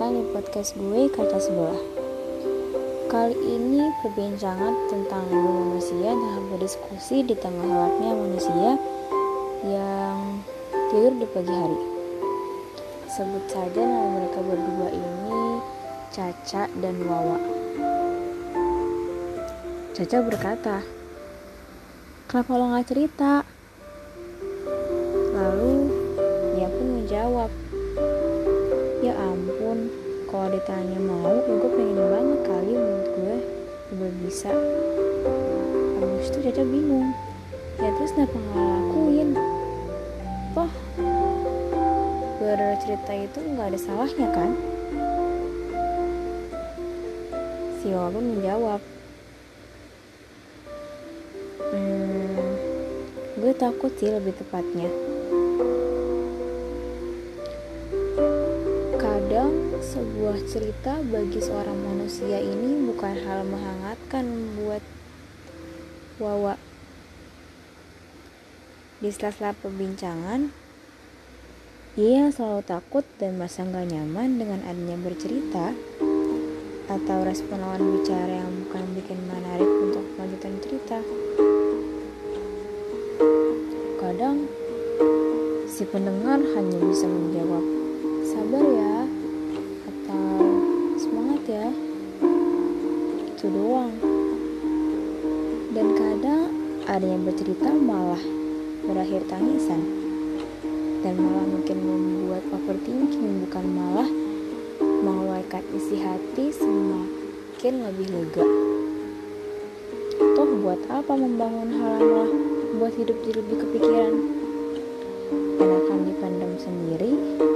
datang di podcast gue Kaca Sebelah. Kali ini perbincangan tentang manusia dalam berdiskusi di tengah gelapnya manusia yang tidur di pagi hari. Sebut saja nama mereka berdua ini Caca dan Wawa. Caca berkata, "Kenapa lo gak cerita?" Lalu dia pun menjawab, "Ya ampun, kalau ditanya mau, gue pengen banget kali menurut gue bisa." Habis itu Caca bingung, ya terus kenapa gak lakuin? Toh bercerita itu gak ada salahnya kan? Si Wawa pun menjawab, gue takut sih lebih tepatnya. Kadang sebuah cerita bagi seorang manusia ini bukan hal menghangatkan buat Wawa. Di sela-sela perbincangan, ia selalu takut dan merasa gak nyaman dengan adanya bercerita atau respon lawan bicara yang bukan bikin menarik untuk melanjutkan cerita. Kadang si pendengar hanya bisa menjawab, "Sabar ya," atau "Semangat ya." Itu doang. Dan kadang ada yang bercerita malah berakhir tangisan dan malah mungkin membuat overthinking, bukan malah mengeluarkan isi hati semakin lebih lega. Toh buat apa membangun hal buat hidup jadi lebih kepikiran? Enakan dipendam sendiri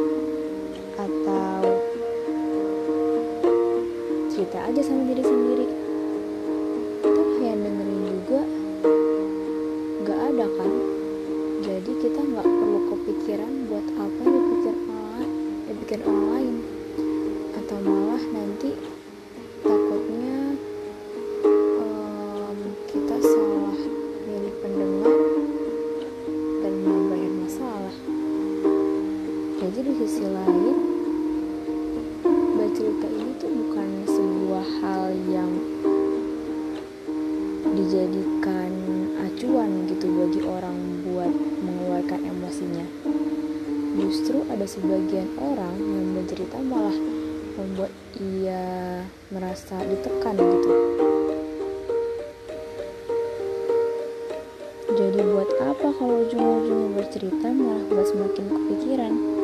atau cerita aja sama diri sendiri? Toh yang dengerin juga gak ada kan? Jadi kita gak perlu kepikiran buat apa yang dipikir orang lain. Atau malah nanti takutnya kita salah milih pendengar dan menambah masalah. Jadi di sisi lain, bercerita ini tuh bukan sebuah hal yang dijadikan acuan gitu bagi orang buat mengeluarkan emosinya. Justru ada sebagian orang yang bercerita malah membuat ia merasa ditekan gitu. Jadi buat apa kalau ujung-ujungnya bercerita malah buat semakin kepikiran?